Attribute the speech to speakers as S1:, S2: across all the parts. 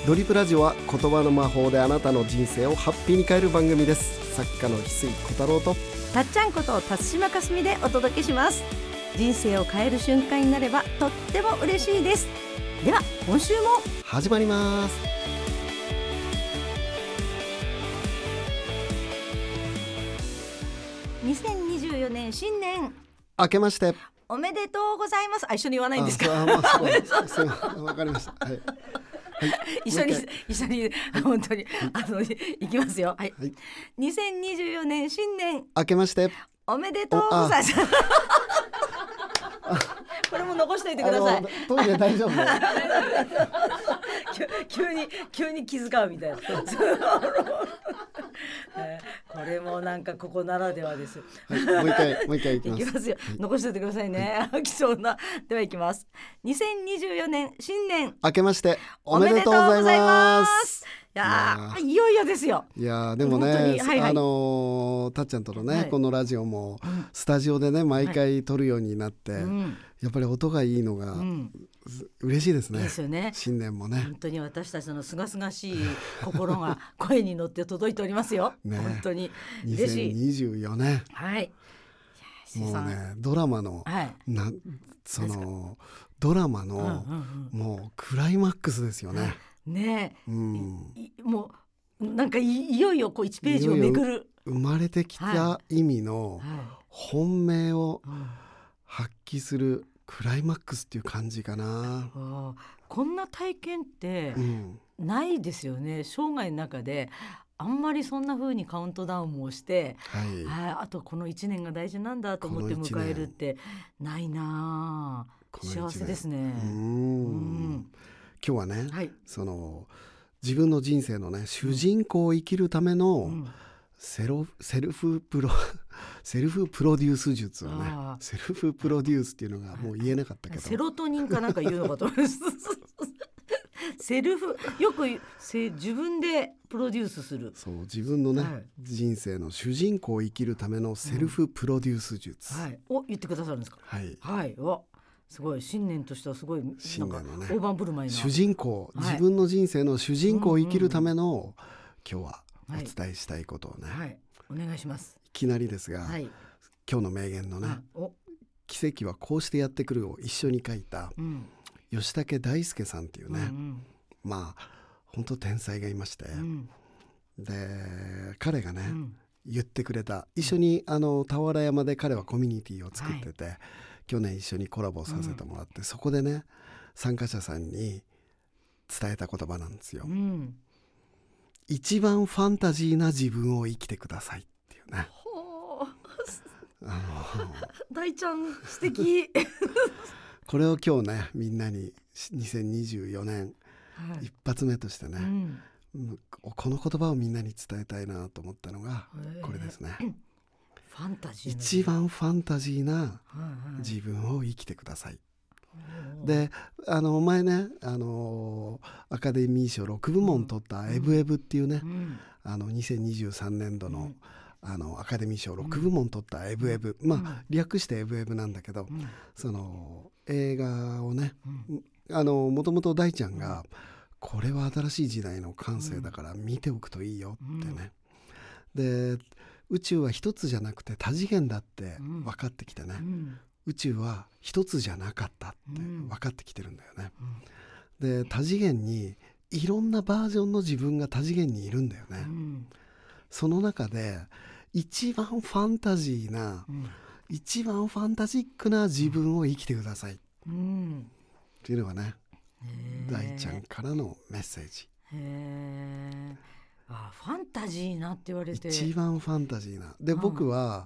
S1: ドリップラジオは言葉の魔法であなたの人生をハッピーに変える番組です。作家の翡翠小太郎と
S2: たっちゃんこと辰島かすみでお届けします。人生を変える瞬間になればとっても嬉しいです。では今週も
S1: 始まります。
S2: 2024年新年
S1: 明けまして
S2: おめでとうございます。一緒に言わないんですか？
S1: わかりました。はい。
S2: 一緒に本当にいきますよ。はい。2024年新年
S1: 明けまして
S2: おめでとうございます。これも残しておいてください。
S1: トイレ大丈夫？
S2: 急に気遣うみたいな。これもなんかここならではです。
S1: はい、もう一回いきます。
S2: いきますよ。残しておいてくださいね。飽きそうな。ではいきます。2024年新年
S1: 明けましておめでとうございます。
S2: いよいよですよ。
S1: いやでもね、たっちゃんとのね、このラジオもスタジオでね毎回撮るようになって、やっぱり音がいいのが嬉しいですね。
S2: ですよね。
S1: 新年もね。
S2: 本当に私たちのすがすがしい心が声に乗って届いておりますよ。ね、本当に嬉しい。
S1: 2024年。
S2: はい。
S1: もうねドラマの、ドラマの、もうクライマックスですよね。
S2: ねえ、もうなんかいよいよこう1ページをめくる
S1: 生まれてきた意味の本命を発揮するクライマックスっていう感じかな。
S2: こんな体験ってないですよね、生涯の中で。あんまりそんな風にカウントダウンもして、あとこの1年が大事なんだと思って迎えるってないな。幸せですね。
S1: 今日はね、その自分の人生のね主人公を生きるためのセルフプロデュース術をね、セルフプロデュースっていうのがもう言えなかったけど、
S2: セロトニンかなんか言うのかと思います。セルフよく自分でプロデュースする。
S1: そう、自分のね、人生の主人公を生きるためのセルフプロデュース術、
S2: を言ってくださるんですか？はい、すごい新年としてはすごいなんか大盤振る舞いな
S1: 主人公、自分の人生の主人公を生きるための今日はお伝えしたいことをね、
S2: お願いします。
S1: いきなりですが、今日の名言のね、奇跡はこうしてやってくるを一緒に書いた吉武大輔さんっていうね、まあ本当天才がいまして、で彼がね、言ってくれた、一緒に俵山で彼はコミュニティを作ってて、去年一緒にコラボさせてもらって、そこでね参加者さんに伝えた言葉なんですよ。一番ファンタジーな自分を生きてくださいっていうね。
S2: 大ちゃん素敵。
S1: これを今日ねみんなに2024年一発目としてね、この言葉をみんなに伝えたいなと思ったのがこれですね。
S2: ファンタジー、
S1: 一番ファンタジーな自分を生きてください。で前ね、アカデミー賞6部門取ったエブエブっていうね、2023年度のアカデミー賞6部門取ったエブエブ、略してエブエブなんだけど、その映画をね、もともと大ちゃんがこれは新しい時代の感性だから見ておくといいよってね、で宇宙は一つじゃなくて多次元だって分かってきてね、宇宙は一つじゃなかったって分かってきてるんだよね。で多次元にいろんなバージョンの自分が多次元にいるんだよね。その中で一番ファンタジーな、一番ファンタジックな自分を生きてください、っていうのがね大ちゃんからのメッセージ。
S2: ファンタジーなって言われて、
S1: 一番ファンタジーなで、僕は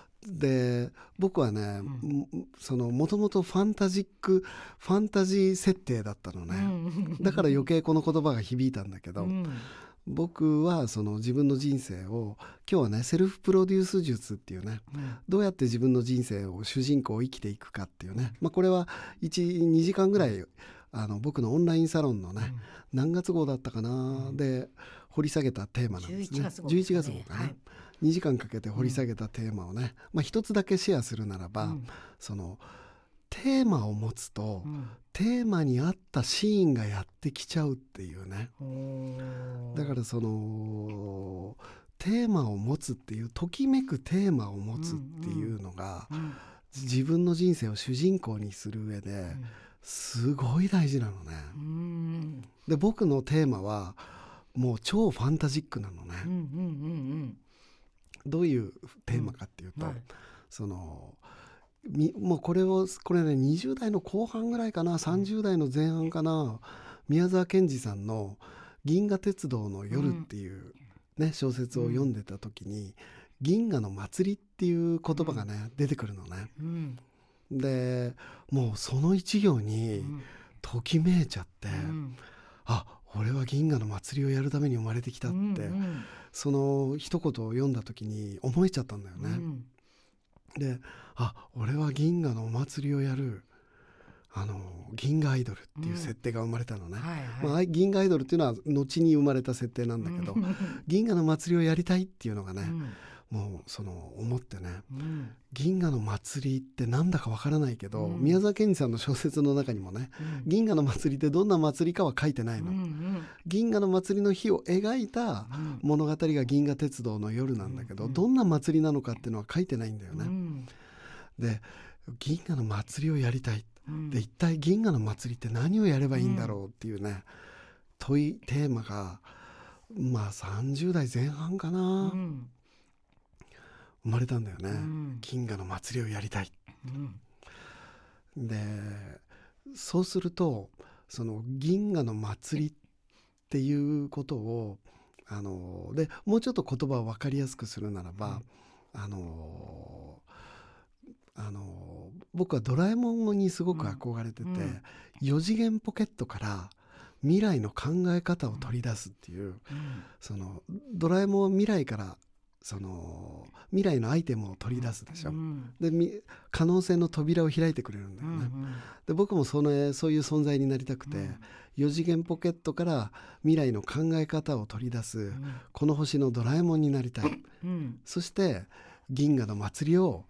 S1: ね、そのもともとファンタジー設定だったのね。だから余計この言葉が響いたんだけど、僕はその自分の人生を今日はねセルフプロデュース術っていうね、どうやって自分の人生を主人公を生きていくかっていうね、これは 2時間ぐらい僕のオンラインサロンのね、何月号だったかな、で掘り下げたテーマなんですね。11月号かな、2時間かけて掘り下げたテーマをね、一つだけシェアするならば、そのテーマを持つと、テーマに合ったシーンがやってきちゃうっていうね。だからそのテーマを持つっていう、ときめくテーマを持つっていうのが、自分の人生を主人公にする上ですごい大事なのね。で僕のテーマはもう超ファンタジックなのね。どういうテーマかっていうと、そのもうこれね20代の後半ぐらいかな、30代の前半かな、宮沢賢治さんの銀河鉄道の夜っていう、ね、小説を読んでた時に、銀河の祭りっていう言葉がね、出てくるのね。でもうその一行にときめいちゃって、あ、俺は銀河の祭りをやるために生まれてきたって、その一言を読んだ時に思えちゃったんだよね。で、あ、俺は銀河のお祭りをやる銀河アイドルっていう設定が生まれたのね。銀河アイドルっていうのは後に生まれた設定なんだけど、銀河の祭りをやりたいっていうのがね、もうその思ってね、銀河の祭りってなんだかわからないけど、宮沢賢治さんの小説の中にもね、銀河の祭りってどんな祭りかは書いてないの。銀河の祭りの日を描いた物語が銀河鉄道の夜なんだけど、どんな祭りなのかっていうのは書いてないんだよね。で、銀河の祭りをやりたい。で、一体銀河の祭りって何をやればいいんだろうっていうね、テーマがまあ30代前半かな、生まれたんだよね。銀河の祭りをやりたい。で、そうするとその銀河の祭りっていうことをでもうちょっと言葉を分かりやすくするならば、僕はドラえもんにすごく憧れてて、4次元ポケットから未来の考え方を取り出すっていう、そのドラえもんは未来からその未来のアイテムを取り出すでしょ、で可能性の扉を開いてくれるんだよね。で僕もそういう存在になりたくて、4次元ポケットから未来の考え方を取り出す、この星のドラえもんになりたい、そして銀河の祭りを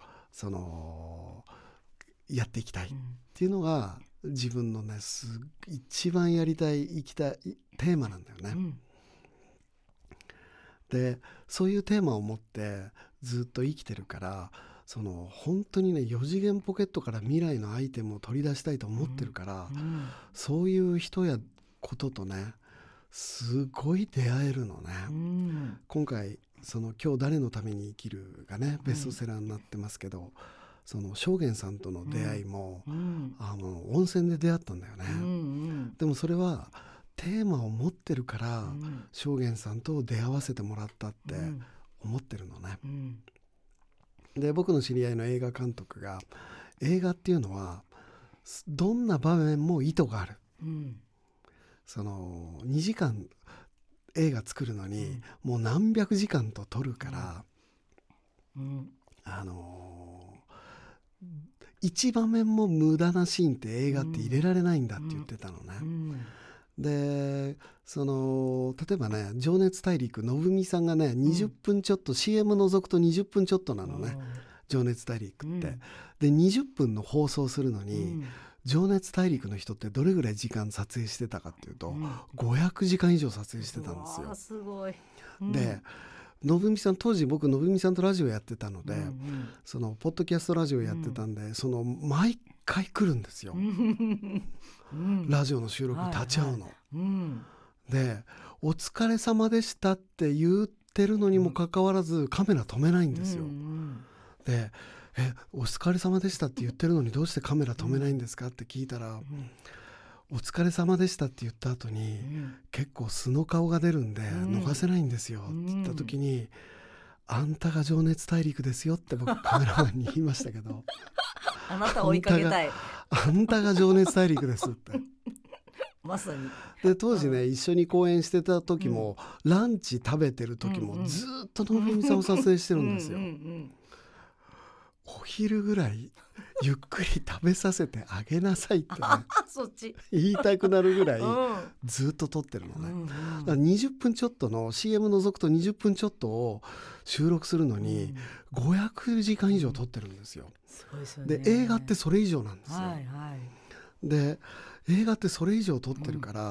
S1: やっていきたいっていうのが自分のね一番やりたい生きたいテーマなんだよね。でそういうテーマを持ってずっと生きてるから、本当にね4次元ポケットから未来のアイテムを取り出したいと思ってるから、そういう人やこととねすごい出会えるのね。今回今日誰のために生きるがねベストセラーになってますけど、正元さんとの出会いも、温泉で出会ったんだよね。でもそれはテーマを持ってるから、正元さんと出会わせてもらったって思ってるのね。で僕の知り合いの映画監督が、映画っていうのはどんな場面も意図がある、2時間映画作るのに、もう何百時間と撮るから、一場面も無駄なシーンって映画って入れられないんだって言ってたのね。で例えばね情熱大陸のぶみさんがね20分ちょっと、CM 除くと20分ちょっとなのね、情熱大陸って。で20分の放送するのに、情熱大陸の人ってどれぐらい時間撮影してたかっていうと、500時間以上撮影してたんですよ。
S2: すごい。
S1: でのぶみさん、当時僕のぶみさんとラジオやってたので、ポッドキャストラジオやってたんで、毎回来るんですよ、ラジオの収録立ち会うの、でお疲れ様でしたって言ってるのにもかかわらずカメラ止めないんですよ。でお疲れ様でしたって言ってるのにどうしてカメラ止めないんですかって聞いたら、お疲れ様でしたって言った後に、結構素の顔が出るんで逃せないんですよって言った時に、あんたが情熱大陸ですよって僕カメラマンに言いましたけど
S2: あなた追いかけたい、
S1: あんたが情熱大陸ですって
S2: まさに。
S1: で当時ね、一緒に公演してた時も、ランチ食べてる時も、ずっとのぶみさんを撮影してるんですよ。お昼ぐらいゆっくり食べさせてあげなさいってね
S2: そっち
S1: 言いたくなるぐらい
S2: うん
S1: ずっと撮ってるのね、
S2: うんうん
S1: だから20分ちょっとの CM 除くと20分ちょっとを収録するのに500時間以上撮ってるんですよ。
S2: すごいですよね。
S1: で映画ってそれ以上なんですよ、
S2: はいはい
S1: で映画ってそれ以上撮ってるから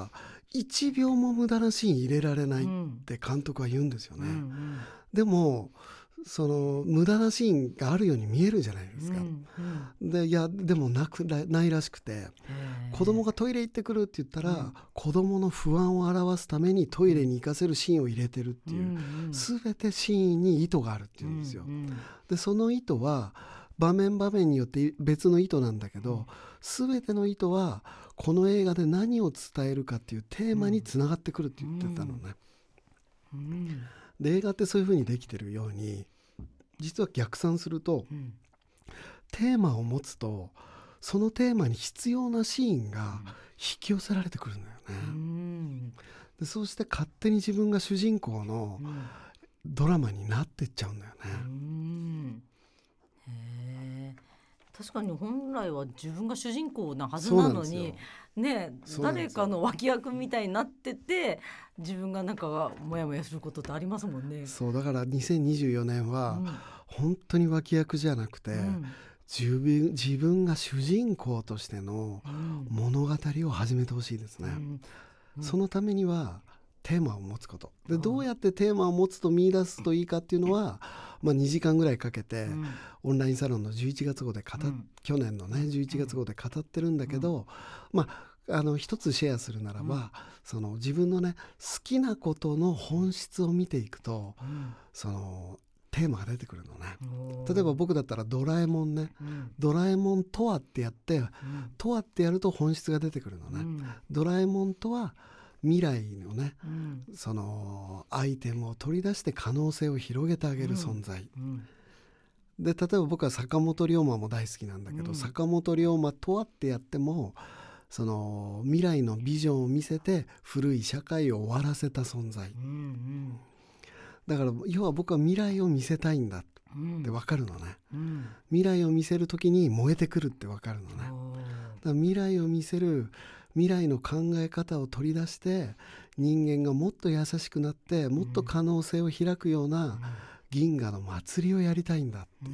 S1: 、1秒も無駄なシーン入れられないって監督は言うんですよね、
S2: うんうん
S1: でもその無駄なシーンがあるように見えるじゃないですか、
S2: うんうん
S1: でいやでもないらしくて、子供がトイレ行ってくるって言ったら、子供の不安を表すためにトイレに行かせるシーンを入れてるっていう、全てシーンに意図があるっていうんですよ、でその意図は場面場面によって別の意図なんだけど、全ての意図はこの映画で何を伝えるかっていうテーマにつながってくるって言ってたのね、で映画ってそういう風にできてるように、実は逆算すると、テーマを持つとそのテーマに必要なシーンが引き寄せられてくるんだよね、でそうして勝手に自分が主人公のドラマになってっちゃうんだよね、
S2: へー確かに本来は自分が主人公なはずなのにね、誰かの脇役みたいになってて自分がなんかモヤモヤすることってありますもんね。
S1: そうだから2024年は本当に脇役じゃなくて、自分が主人公としての物語を始めてほしいですね、そのためにはテーマを持つことで、どうやってテーマを持つと見出すといいかっていうのは、2時間ぐらいかけて、オンラインサロンの11月号で去年のね11月号で語ってるんだけど、一つシェアするならば、その自分のね好きなことの本質を見ていくと、そのテーマが出てくるのね。例えば僕だったらドラえもんね、ドラえもんとはってやって、とはってやると本質が出てくるのね、ドラえもんとは未来のね、そのアイテムを取り出して可能性を広げてあげる存在、で例えば僕は坂本龍馬も大好きなんだけど、坂本龍馬とはってやってもその未来のビジョンを見せて古い社会を終わらせた存在、だから要は僕は未来を見せたいんだって分かるのね、未来を見せる時に燃えてくるって分かるのね、だから未来を見せる未来の考え方を取り出して人間がもっと優しくなってもっと可能性を開くような銀河の祭りをやりたいんだっていう、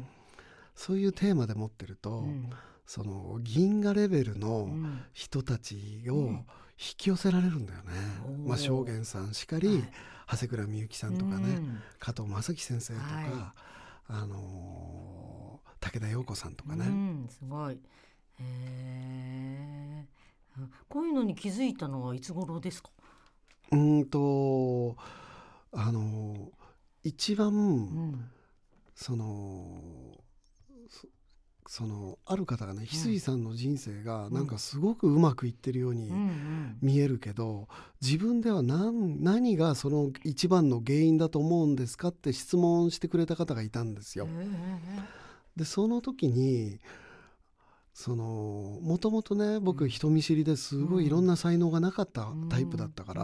S1: そういうテーマで持ってると、その銀河レベルの人たちを引き寄せられるんだよね、正元さんしかり、長谷倉美幸さんとかね、加藤正樹先生とか、武田陽子さんとかね、
S2: すごい。こういうのに気づいたのはいつ頃ですか？
S1: 一番、そのある方がね、翡翠さんの人生がなんかすごくうまくいってるように見えるけど、自分では何がその一番の原因だと思うんですかって質問してくれた方がいたんですよ。でその時にもともとね、僕人見知りですごいいろんな才能がなかったタイプだったから、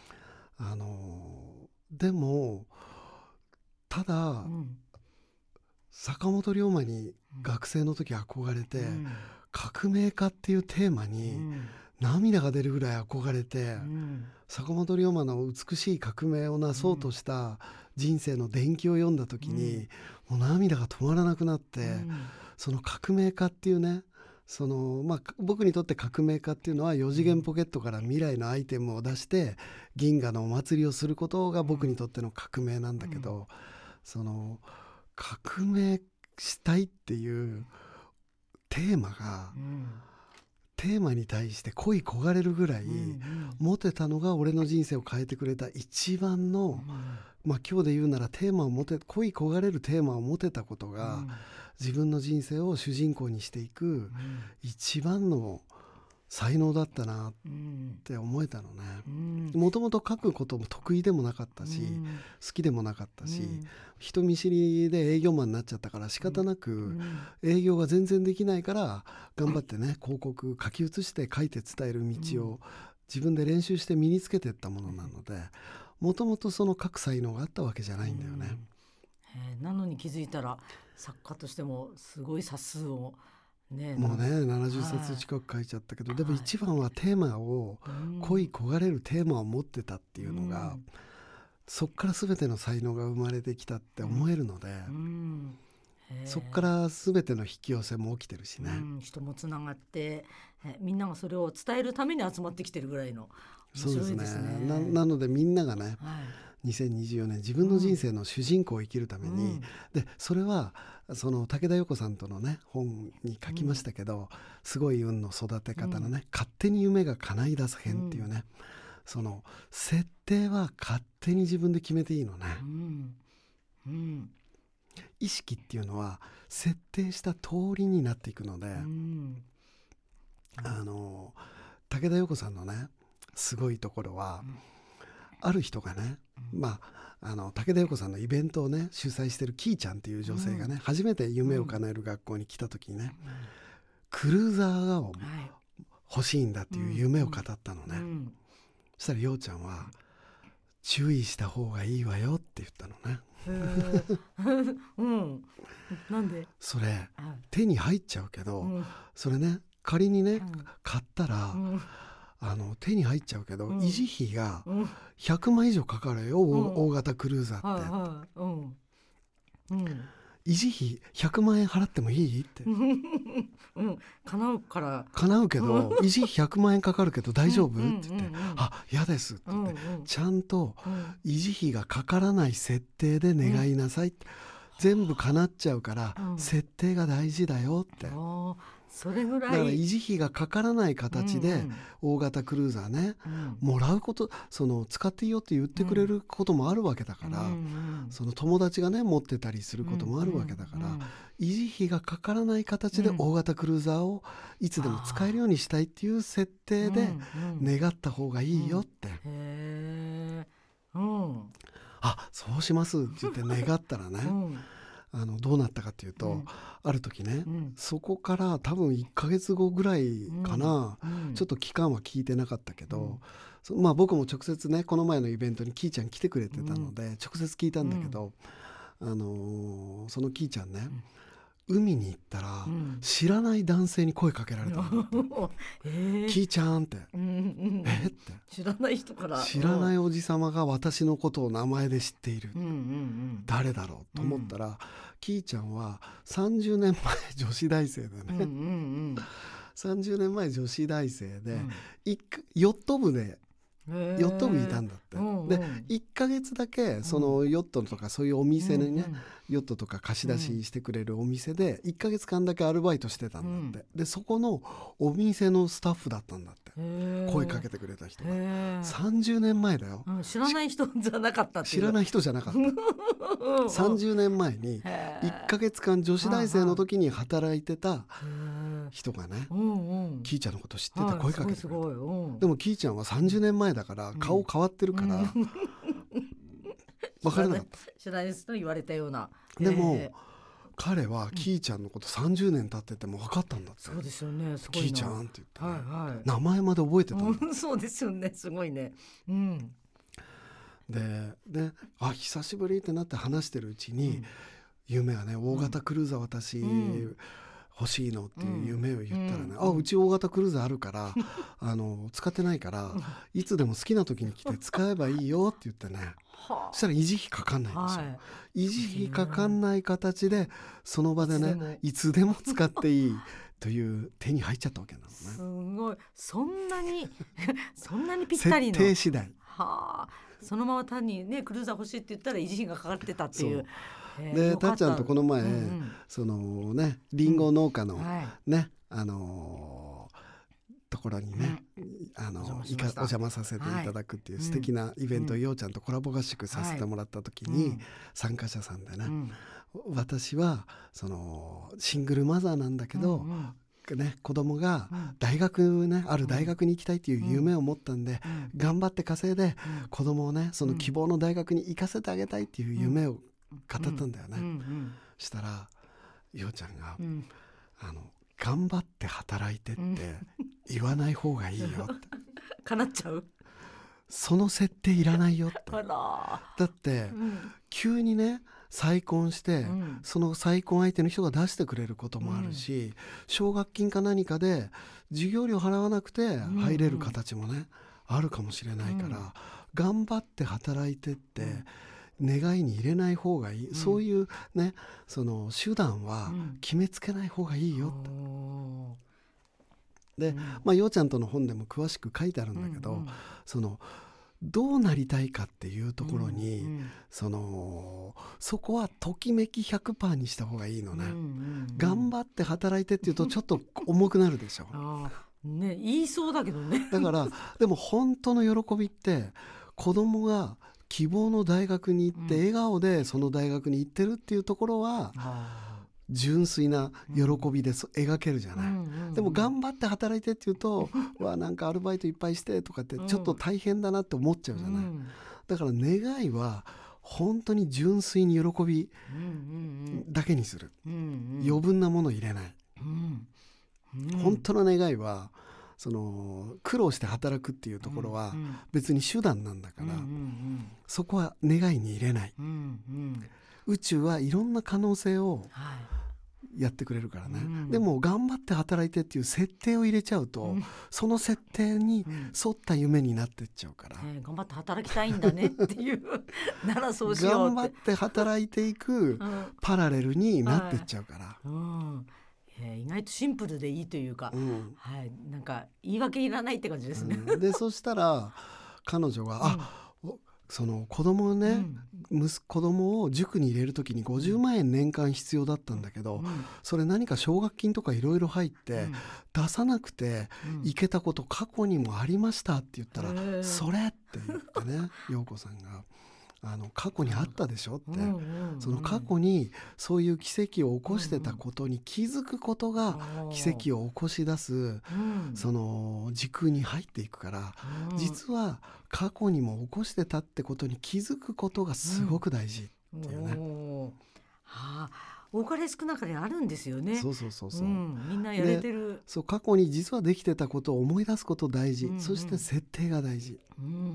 S1: でもただ、坂本龍馬に学生の時憧れて、革命家っていうテーマに涙が出るぐらい憧れて、坂本龍馬の美しい革命をなそうとした人生の伝記を読んだ時に、もう涙が止まらなくなって、その革命家っていうね、僕にとって革命家っていうのは4次元ポケットから未来のアイテムを出して銀河のお祭りをすることが僕にとっての革命なんだけど、その革命したいっていうテーマが、テーマに対して恋焦がれるぐらい持てたのが俺の人生を変えてくれた一番の、今日で言うなら恋焦がれるテーマを持てたことが、自分の人生を主人公にしていく一番の才能だったなって思えたのね。もともと書くことも得意でもなかったし、好きでもなかったし、人見知りで営業マンになっちゃったから仕方なく、営業が全然できないから頑張ってね、広告書き写して書いて伝える道を自分で練習して身につけていったものなので、もともとその書く才能があったわけじゃないんだよね。
S2: なのに気づいたら作家としてもすごい冊数をね、
S1: もうね70冊近く書いちゃったけど、でも一番はテーマを、恋焦がれるテーマを持ってたっていうのが、そっから全ての才能が生まれてきたって思えるので、そっから全ての引き寄せも起きてるしね、
S2: 人もつながってみんながそれを伝えるために集まってきてるぐらいの面白いですね。
S1: そうですね。なのでみんながね、2024年自分の人生の主人公を生きるために、でそれはその武田陽子さんとのね本に書きましたけど、すごい運の育て方のね、勝手に夢が叶い出す編っていうね、その設定は勝手に自分で決めていいのね、意識っていうのは設定した通りになっていくので、武田陽子さんのねすごいところは、ある人がね、武田陽子さんのイベントをね主催してるキーちゃんっていう女性がね、初めて夢を叶える学校に来た時にね、クルーザーが欲しいんだっていう夢を語ったのね、そしたら陽ちゃんは注意した方がいいわよって言ったのね。
S2: なんで
S1: それ手に入っちゃうけど、それね仮にね、買ったら、手に入っちゃうけど、維持費が100万以上かかるよ、大型クルーザーって、維持費100万円払ってもいいって
S2: 叶うから
S1: 叶うけど維持費100万円かかるけど大丈夫って言って、嫌ですって言って、ちゃんと維持費がかからない設定で願いなさいって、全部叶っちゃうから、設定が大事だよって。
S2: それぐらい
S1: だから維持費がかからない形で大型クルーザーね、もらうこと、その使っていいよって言ってくれることもあるわけだから、その友達がね持ってたりすることもあるわけだから、維持費がかからない形で大型クルーザーをいつでも使えるようにしたいっていう設定で願った方がいいよって、そうしますって言って願ったらね、どうなったかというと、ある時ね、そこから多分1ヶ月後ぐらいかな、ちょっと期間は聞いてなかったけど、僕も直接ねこの前のイベントにキーちゃん来てくれてたので、直接聞いたんだけど、そのキーちゃんね、海に行ったら、知らない男性に声かけられたんだって、キーちゃんって、って
S2: 知らない人から、
S1: 知らないおじさまが私のことを名前で知っている、誰だろうと思ったら、キーちゃんは30年前女子大生でね、30年前女子大生で、ヨット部でヨット部いたんだって、で1ヶ月だけそのヨットとかそういうお店にね、ヨットとか貸し出ししてくれるお店で1ヶ月間だけアルバイトしてたんだって、でそこのお店のスタッフだったんだって、声かけてくれた人が30年前だよ、
S2: 知らない人じゃなかったっていう、
S1: 知らない人じゃなかった30年前に1ヶ月間女子大生の時に働いてた人がね、キーちゃんのこと知ってて声かけてくれた。でもキーちゃんは30年前だから顔変わってるから分からなかった。
S2: 知らない人に言われたような。
S1: でも彼はキーちゃんのこと30年経ってても分かったんだって。
S2: そうですよね、すごいな、
S1: キーちゃんって言ってね、名前まで覚えてたんだ
S2: そうですよね、すごいね。
S1: で久しぶりってなって話してるうちに、夢はね大型クルーザー私欲しいのっていう夢を言ったらね、うち大型クルーザーあるから使ってないからいつでも好きな時に来て使えばいいよって言ってね、そしたら維持費かかんないんですよ、維持費かかんない形でその場でねいつでも使っていいという手に入っちゃったわけなのね。
S2: すごい、そんなにぴったりの
S1: 設定次第、
S2: そのまま単にねクルーザー欲しいって言ったら維持費がかかってたっていう。
S1: でたっちゃんとこの前、そのねリンゴ農家のね、ところにね、お邪魔させていただくっていう素敵なイベントをようちゃんとコラボ合宿させてもらった時に、参加者さんでね、私はそのシングルマザーなんだけど、子供が大学ね、ある大学に行きたいっていう夢を持ったんで、頑張って稼いで子供をねその希望の大学に行かせてあげたいっていう夢を語ったんだよね。したらようちゃんが、頑張って働いてって言わない方がいいよって
S2: 叶っちゃう。
S1: その設定いらないよって
S2: あら
S1: だって、急にね再婚して、その再婚相手の人が出してくれることもあるし、奨学金か何かで授業料払わなくて入れる形もね、あるかもしれないから、頑張って働いてって、願いに入れない方がいい、そういうねその手段は決めつけない方がいいよって、で、ようちゃんとの本でも詳しく書いてあるんだけど、そのどうなりたいかっていうところに、そこはときめき 100% にした方がいいのね、頑張って働いてっていうとちょっと重くなるでしょ
S2: ね、言いそうだけどね
S1: だからでも本当の喜びって子供が希望の大学に行って笑顔でその大学に行ってるっていうところは純粋な喜びで描けるじゃない、でも頑張って働いてっていうとなんかアルバイトいっぱいしてとかってちょっと大変だなって思っちゃうじゃない、だから願いは本当に純粋に喜びだけにする、余分なもの入れない、本当の願いはその苦労して働くっていうところは別に手段なんだから、そこは願いに入れない、宇宙はいろんな可能性をやってくれるからね、でも頑張って働いてっていう設定を入れちゃうと、その設定に沿った夢になってっちゃうから、
S2: 頑張って働きたいんだねっていうならそうしようって
S1: 頑張って働いていくパラレルになってっちゃうから、
S2: 意外とシンプルでいいというか、なんか言い訳いらないって感じですね、
S1: でそしたら彼女が、その子供をね、子供を塾に入れる時に50万円年間必要だったんだけど、それ何か奨学金とかいろいろ入って、出さなくていけたこと過去にもありましたって言ったら、それって言ってね陽子さんが過去にあったでしょって、その過去にそういう奇跡を起こしてたことに気づくことが奇跡を起こし出す、その時空に入っていくから、実は過去にも起こしてたってことに気づくことがすごく大事っていうね、
S2: 多かれ少なかれあるんですよね。
S1: そう、
S2: みんなやれてる。
S1: そう、過去に実はできてたことを思い出すこと大事、そして設定が大事、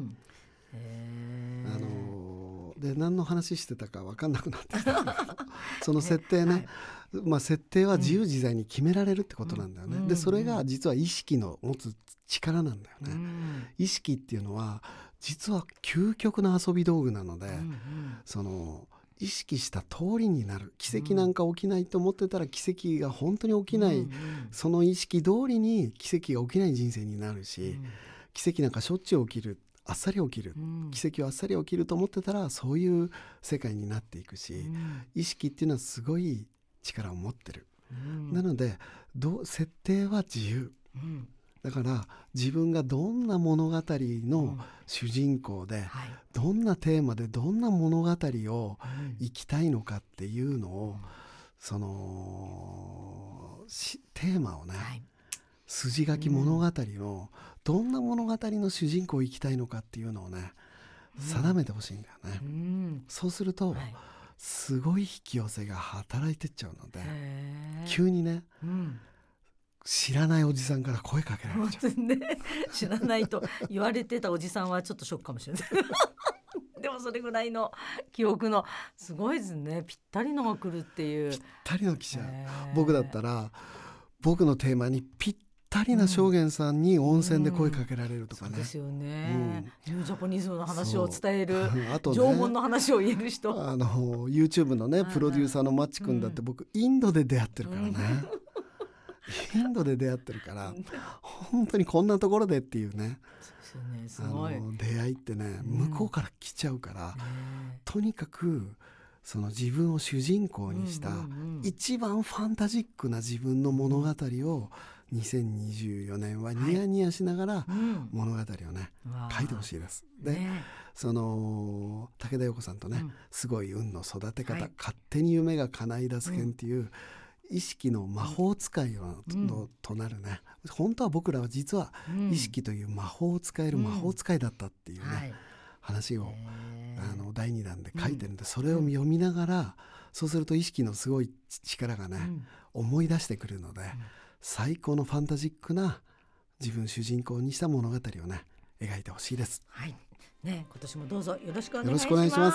S1: で何の話してたか分かんなくなってきたその設定ね、設定は自由自在に決められるってことなんだよね、でそれが実は意識の持つ力なんだよね、意識っていうのは実は究極の遊び道具なので、その意識した通りになる、奇跡なんか起きないと思ってたら奇跡が本当に起きない、その意識通りに奇跡が起きない人生になるし、奇跡なんかしょっちゅう起きる、あっさり起きる、奇跡はあっさり起きると思ってたらそういう世界になっていくし、意識っていうのはすごい力を持ってる、なので設定は自由、だから自分がどんな物語の主人公で、どんなテーマでどんな物語を生きたいのかっていうのを、そのテーマをね、筋書き物語のどんな物語の主人公を生きたいのかっていうのをね、定めてほしいんだよね、そうすると、すごい引き寄せが働いてっちゃうので、急にね、知らないおじさんから声かけられちゃう、
S2: 知らないと言われてたおじさんはちょっとショックかもしれないでもそれぐらいの記憶のすごいですね、ぴったりのが来るっていう、
S1: ぴったりの来ちゃう、僕だったら僕のテーマにぴったりな証言さんに温泉で声かけられるとかね、
S2: そうですよね、ニュージャパニーズの話を伝える、あとね、縄文の話を言える人、
S1: YouTube のねプロデューサーのマッチ君だって、僕インドで出会ってるからね、インドで出会ってるから本当にこんなところでっていうね、
S2: すごい
S1: 出会いってね、向こうから来ちゃうから、とにかくその自分を主人公にした一番ファンタジックな自分の物語を2024年はニヤニヤしながら物語をね、書いてほしいです。で、その武田陽子さんとね、すごい運の育て方、勝手に夢が叶い出す編っていう意識の魔法使いとなるね、本当は僕らは実は意識という魔法を使える魔法使いだったっていうね、話を第2弾で書いてるんで、それを読みながら、そうすると意識のすごい力がね、思い出してくるので、最高のファンタジックな自分主人公にした物語をね描いてほしいです。
S2: はいね、今年もどうぞよろしくお願いします。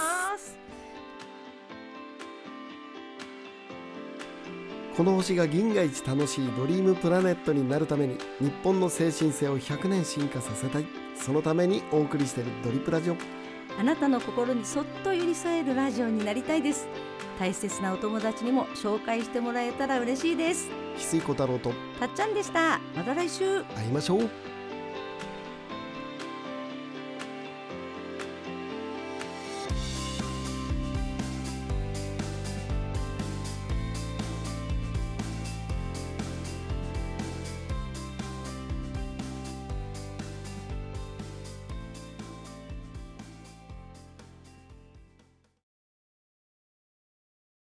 S1: この星が銀河一楽しいドリームプラネットになるために、日本の精神性を100年進化させたい。そのためにお送りしているドリプラジオ。
S2: あなたの心にそっと寄り添えるラジオになりたいです。大切なお友達にも紹介してもらえたら嬉しいです。
S1: 翡翠小太郎と
S2: たっちゃんでした。また来週
S1: 会いましょう。